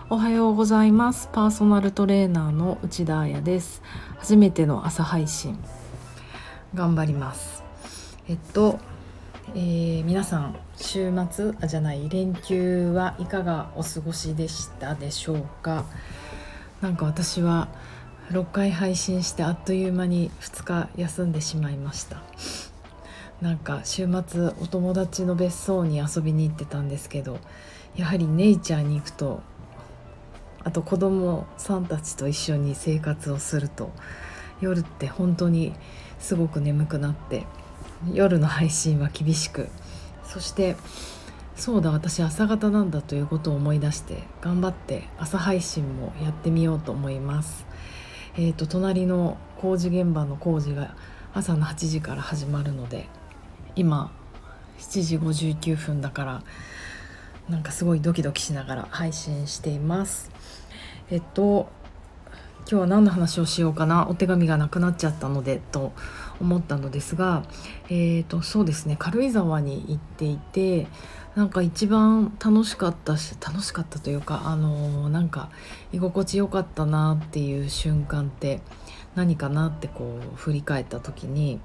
おはようございます。パーソナルトレーナーの内田彩です。初めての朝配信頑張ります。皆さん週末連休はいかがお過ごしでしたでしょうか。なんか私は6回配信してあっという間に2日休んでしまいました。なんか週末お友達の別荘に遊びに行ってたんですけど、やはりネイチャーに行くと、あと子供さんたちと一緒に生活をすると、夜って本当にすごく眠くなって、夜の配信は厳しく、そしてそうだ、私朝方なんだということを思い出して、頑張って朝配信もやってみようと思います。隣の工事現場の工事が朝の8時から始まるので、今7時59分だから、なんかすごいドキドキしながら配信しています。今日は何の話をしようかな。お手紙がなくなっちゃったのでと思ったのですが、そうですね、軽井沢に行っていて、なんか一番楽しかったというか、なんか居心地よかったなっていう瞬間って何かなってこう振り返った時に、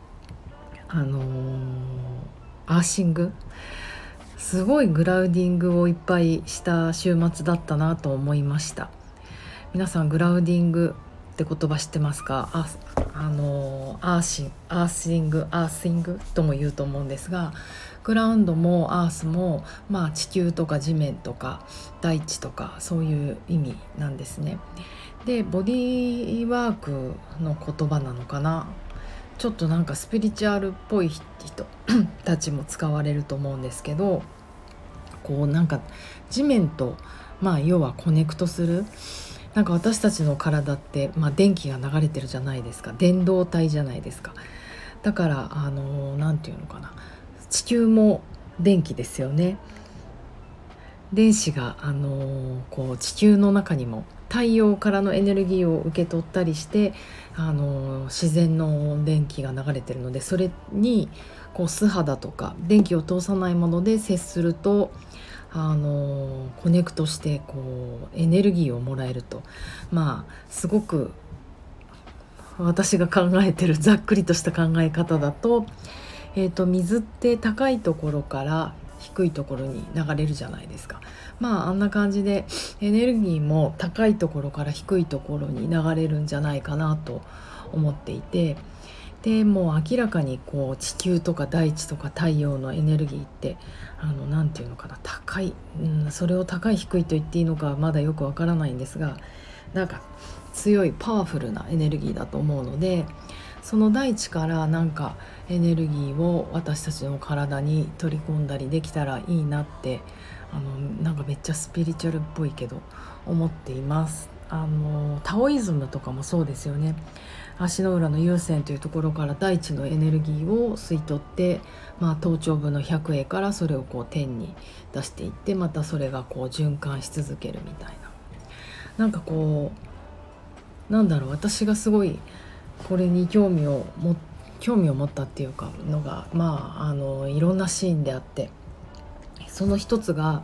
アーシング、すごいグラウディングをいっぱいした週末だったなと思いました。皆さんグラウディングって言葉知ってますか？アーシングとも言うと思うんですが、グラウンドもアースも、地球とか地面とか大地とかそういう意味なんですね。でボディーワークの言葉なのかな、ちょっとなんかスピリチュアルっぽい人たちも使われると思うんですけど、こうなんか地面と、要はコネクトする。なんか私たちの体って、電気が流れてるじゃないですか。電動体じゃないですか。だからなんていうのかな、地球も電気ですよね。電子がこう地球の中にも太陽からのエネルギーを受け取ったりして、自然の電気が流れてるので、それにこう素肌とか電気を通さないもので接すると、コネクトしてこうエネルギーをもらえると、すごく私が考えてるざっくりとした考え方だと、水って高いところから低いところに流れるじゃないですか。あんな感じでエネルギーも高いところから低いところに流れるんじゃないかなと思っていて、でもう明らかにこう地球とか大地とか太陽のエネルギーってなんていうのかな、高い、それを高い低いと言っていいのかまだよくわからないんですが、なんか強いパワフルなエネルギーだと思うので、その大地からなんかエネルギーを私たちの体に取り込んだりできたらいいなって、なんかめっちゃスピリチュアルっぽいけど思っています。タオイズムとかもそうですよね。足の裏の有線というところから大地のエネルギーを吸い取って、頭頂部の百会からそれをこう天に出していって、またそれがこう循環し続けるみたいな。なんかこうなんだろう、私がすごいこれに興味を持ったっていうかのが、いろんなシーンであって、その一つが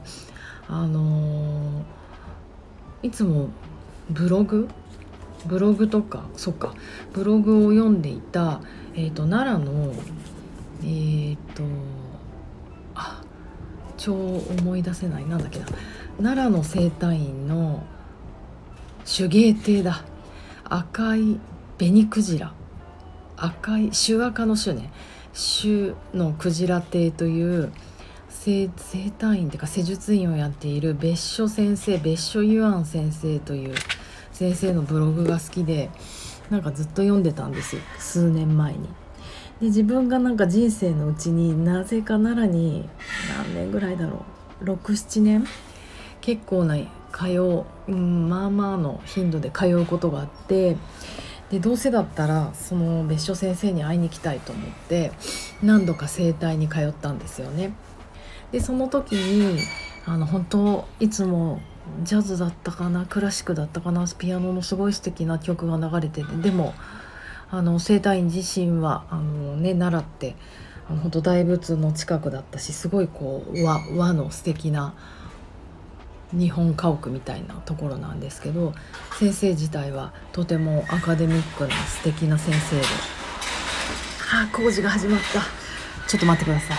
いつもブログとか、ブログを読んでいた、奈良のあ超思い出せない、なんだっけな、奈良の生態院の手芸亭だ。赤い紅クジラ、赤い朱赤の朱ね、朱のクジラ亭という生態院っていうか施術院をやっている別所ユアン先生という先生のブログが好きで、なんかずっと読んでたんですよ、数年前に。で自分がなんか人生のうちになぜか奈良に何年ぐらいだろう、6、7年結構なまあまあの頻度で通うことがあって、でどうせだったらその別所先生に会いに行きたいと思って何度か整体に通ったんですよね。でその時に本当いつもジャズだったかなクラシックだったかな、ピアノのすごい素敵な曲が流れてて、でも整体院自身は奈良って本当大仏の近くだったし、すごいこう和の素敵な日本家屋みたいなところなんですけど、先生自体はとてもアカデミックな素敵な先生で、工事が始まった。ちょっと待ってくださ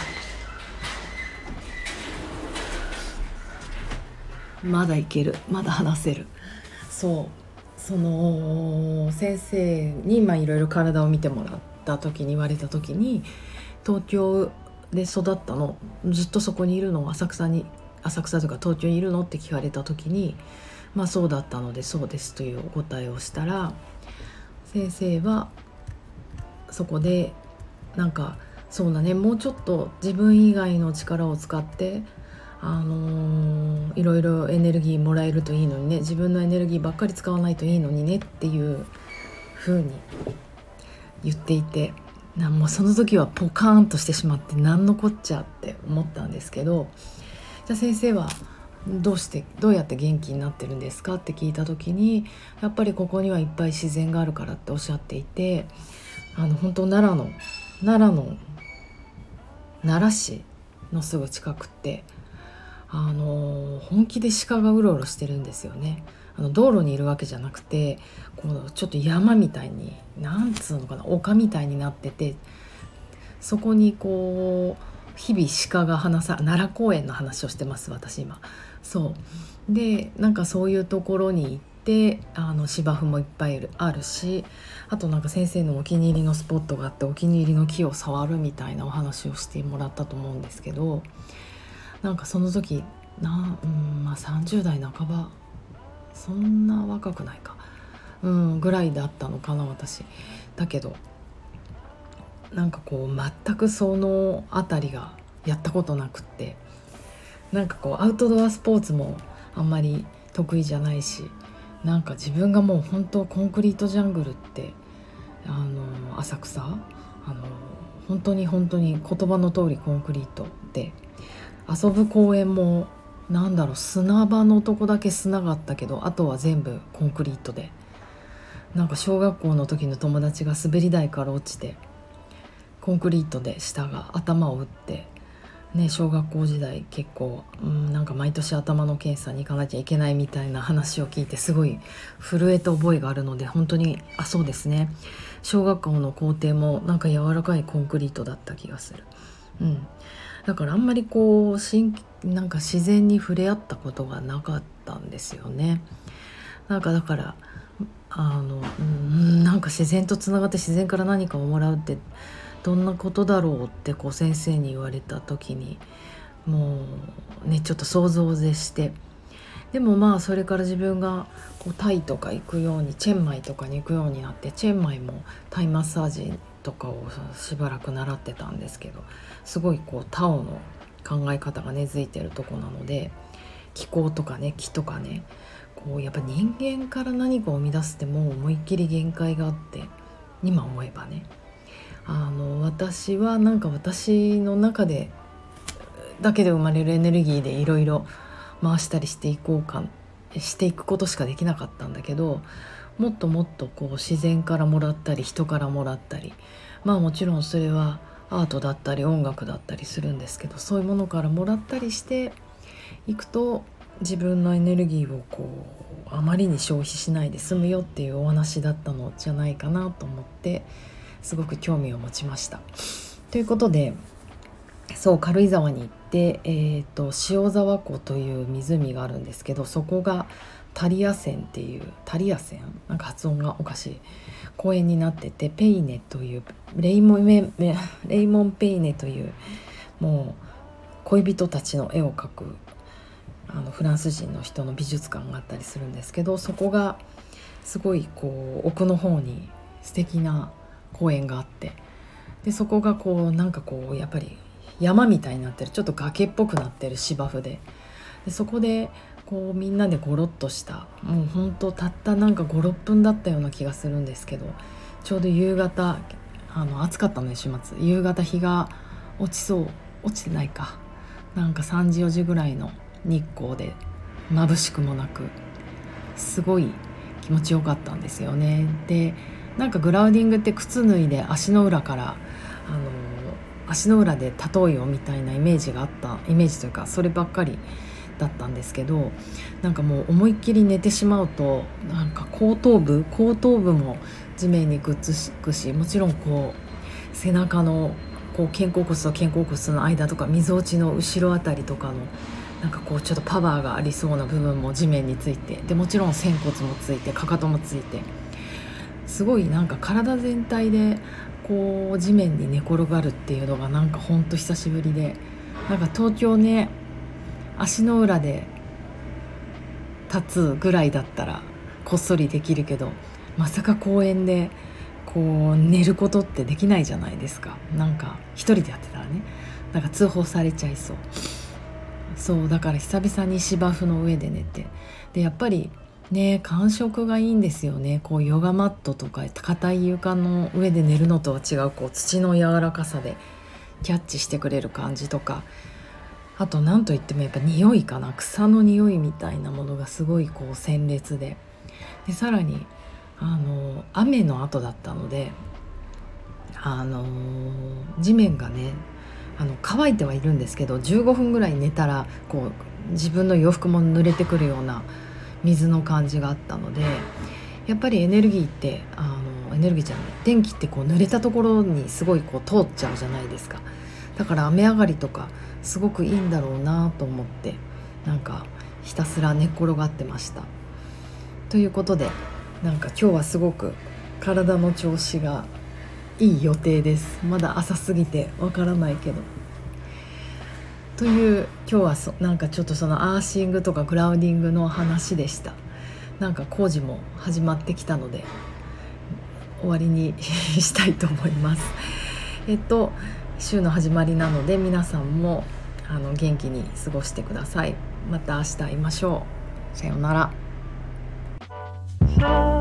い。まだいける、まだ話せる。その先生にいろいろ体を見てもらった時に言われた時に、東京で育ったの、ずっとそこにいるの、浅草というか東京にいるのって聞かれた時に、そうだったのでそうですというお答えをしたら、先生はそこでそうだね、もうちょっと自分以外の力を使っていろいろエネルギーもらえるといいのにね、自分のエネルギーばっかり使わないといいのにねっていう風に言っていて、もうその時はポカーンとしてしまって、何のこっちゃって思ったんですけど、じゃあ先生はどうやって元気になってるんですかって聞いた時に、やっぱりここにはいっぱい自然があるからっておっしゃっていて、本当奈良市のすぐ近くって本気で鹿がうろうろしてるんですよね。道路にいるわけじゃなくて、ちょっと山みたいに、なんつうのかな、丘みたいになってて、そこに日々鹿が奈良公園の話をしてます、私今。そうで、そういうところに行って、芝生もいっぱいあるし、あと先生のお気に入りのスポットがあって、お気に入りの木を触るみたいなお話をしてもらったと思うんですけど、その時30代半ば、そんな若くないか、ぐらいだったのかな、私。だけど全くそのあたりがやったことなくって、アウトドアスポーツもあんまり得意じゃないし、自分がもう本当コンクリートジャングルって、浅草、本当に言葉の通りコンクリートで、遊ぶ公園も砂場のとこだけ砂があったけど、あとは全部コンクリートで、小学校の時の友達が滑り台から落ちて、コンクリートで頭を打って、小学校時代結構、毎年頭の検査に行かなきゃいけないみたいな話を聞いて、すごい震えた覚えがあるので、本当にそうですね、小学校の校庭も柔らかいコンクリートだった気がする。だからあんまり自然に触れ合ったことがなかったんですよね。だから自然とつながって自然から何かをもらうってどんなことだろうって先生に言われた時に、もうね、ちょっと想像を絶して、でもそれから自分がタイとか行くように、チェンマイとかに行くようになって、チェンマイもタイマッサージとかをしばらく習ってたんですけど、すごいタオの考え方が根付いてるとこなので、気候とかね、木とかね、やっぱ人間から何かを生み出すってもう思いっきり限界があって、今思えばね、私は私の中でだけで生まれるエネルギーでいろいろ回したりしていくことしかできなかったんだけど、もっともっと自然からもらったり、人からもらったり、もちろんそれはアートだったり音楽だったりするんですけど、そういうものからもらったりしていくと、自分のエネルギーをあまりに消費しないで済むよっていうお話だったのじゃないかなと思って、すごく興味を持ちました。ということで、軽井沢に行って、塩沢湖という湖があるんですけど、そこがタリア泉っていう、発音がおかしい公園になってて、ペイネというレイモンペイネという、もう恋人たちの絵を描くフランス人の人の美術館があったりするんですけど、そこがすごい奥の方に素敵な公園があって、でそこがやっぱり山みたいになってる、ちょっと崖っぽくなってる芝生で、そこでみんなでゴロッとした、もうほんとたった5、6分だったような気がするんですけど、ちょうど夕方、暑かったので週末、夕方日が落ちてないか、3時4時ぐらいの日光で、眩しくもなくすごい気持ちよかったんですよね。でグラウディングって靴脱いで足の裏から足の裏で例えよみたいなイメージというか、そればっかりだったんですけど、なんかもう思いっきり寝てしまうとなんか後頭部も地面にくっつくし、もちろんこう背中のこう肩甲骨と肩甲骨の間とかみぞおちの後ろあたりとかのなんかこうちょっとパワーがありそうな部分も地面について、でもちろん仙骨もついてかかともついて、すごいなんか体全体でこう地面に寝転がるっていうのがなんかほんと久しぶりで、なんか東京ね、足の裏で立つぐらいだったらこっそりできるけど、まさか公園でこう寝ることってできないじゃないですか。なんか一人でやってたらね、なんか通報されちゃいそう。そうだから久々に芝生の上で寝て、でやっぱりね感触がいいんですよね。こうヨガマットとか硬い床の上で寝るのとは違うこう土の柔らかさでキャッチしてくれる感じとか、あと何といってもやっぱ匂いかな、草の匂いみたいなものがすごいこう鮮烈で、さらに雨の後だったので地面がね乾いてはいるんですけど、15分ぐらい寝たらこう自分の洋服も濡れてくるような水の感じがあったので、やっぱりエネルギーってエネルギーじゃない電気ってこう濡れたところにすごいこう通っちゃうじゃないですか。だから雨上がりとかすごくいいんだろうなと思って、なんかひたすら寝っ転がってました。ということでなんか今日はすごく体の調子がいい予定です。まだ朝すぎてわからないけど。という今日はなんかちょっとそのアーシングとかグラウディングの話でした。なんか工事も始まってきたので終わりにしたいと思います。週の始まりなので皆さんも元気に過ごしてください。また明日会いましょう。さようなら。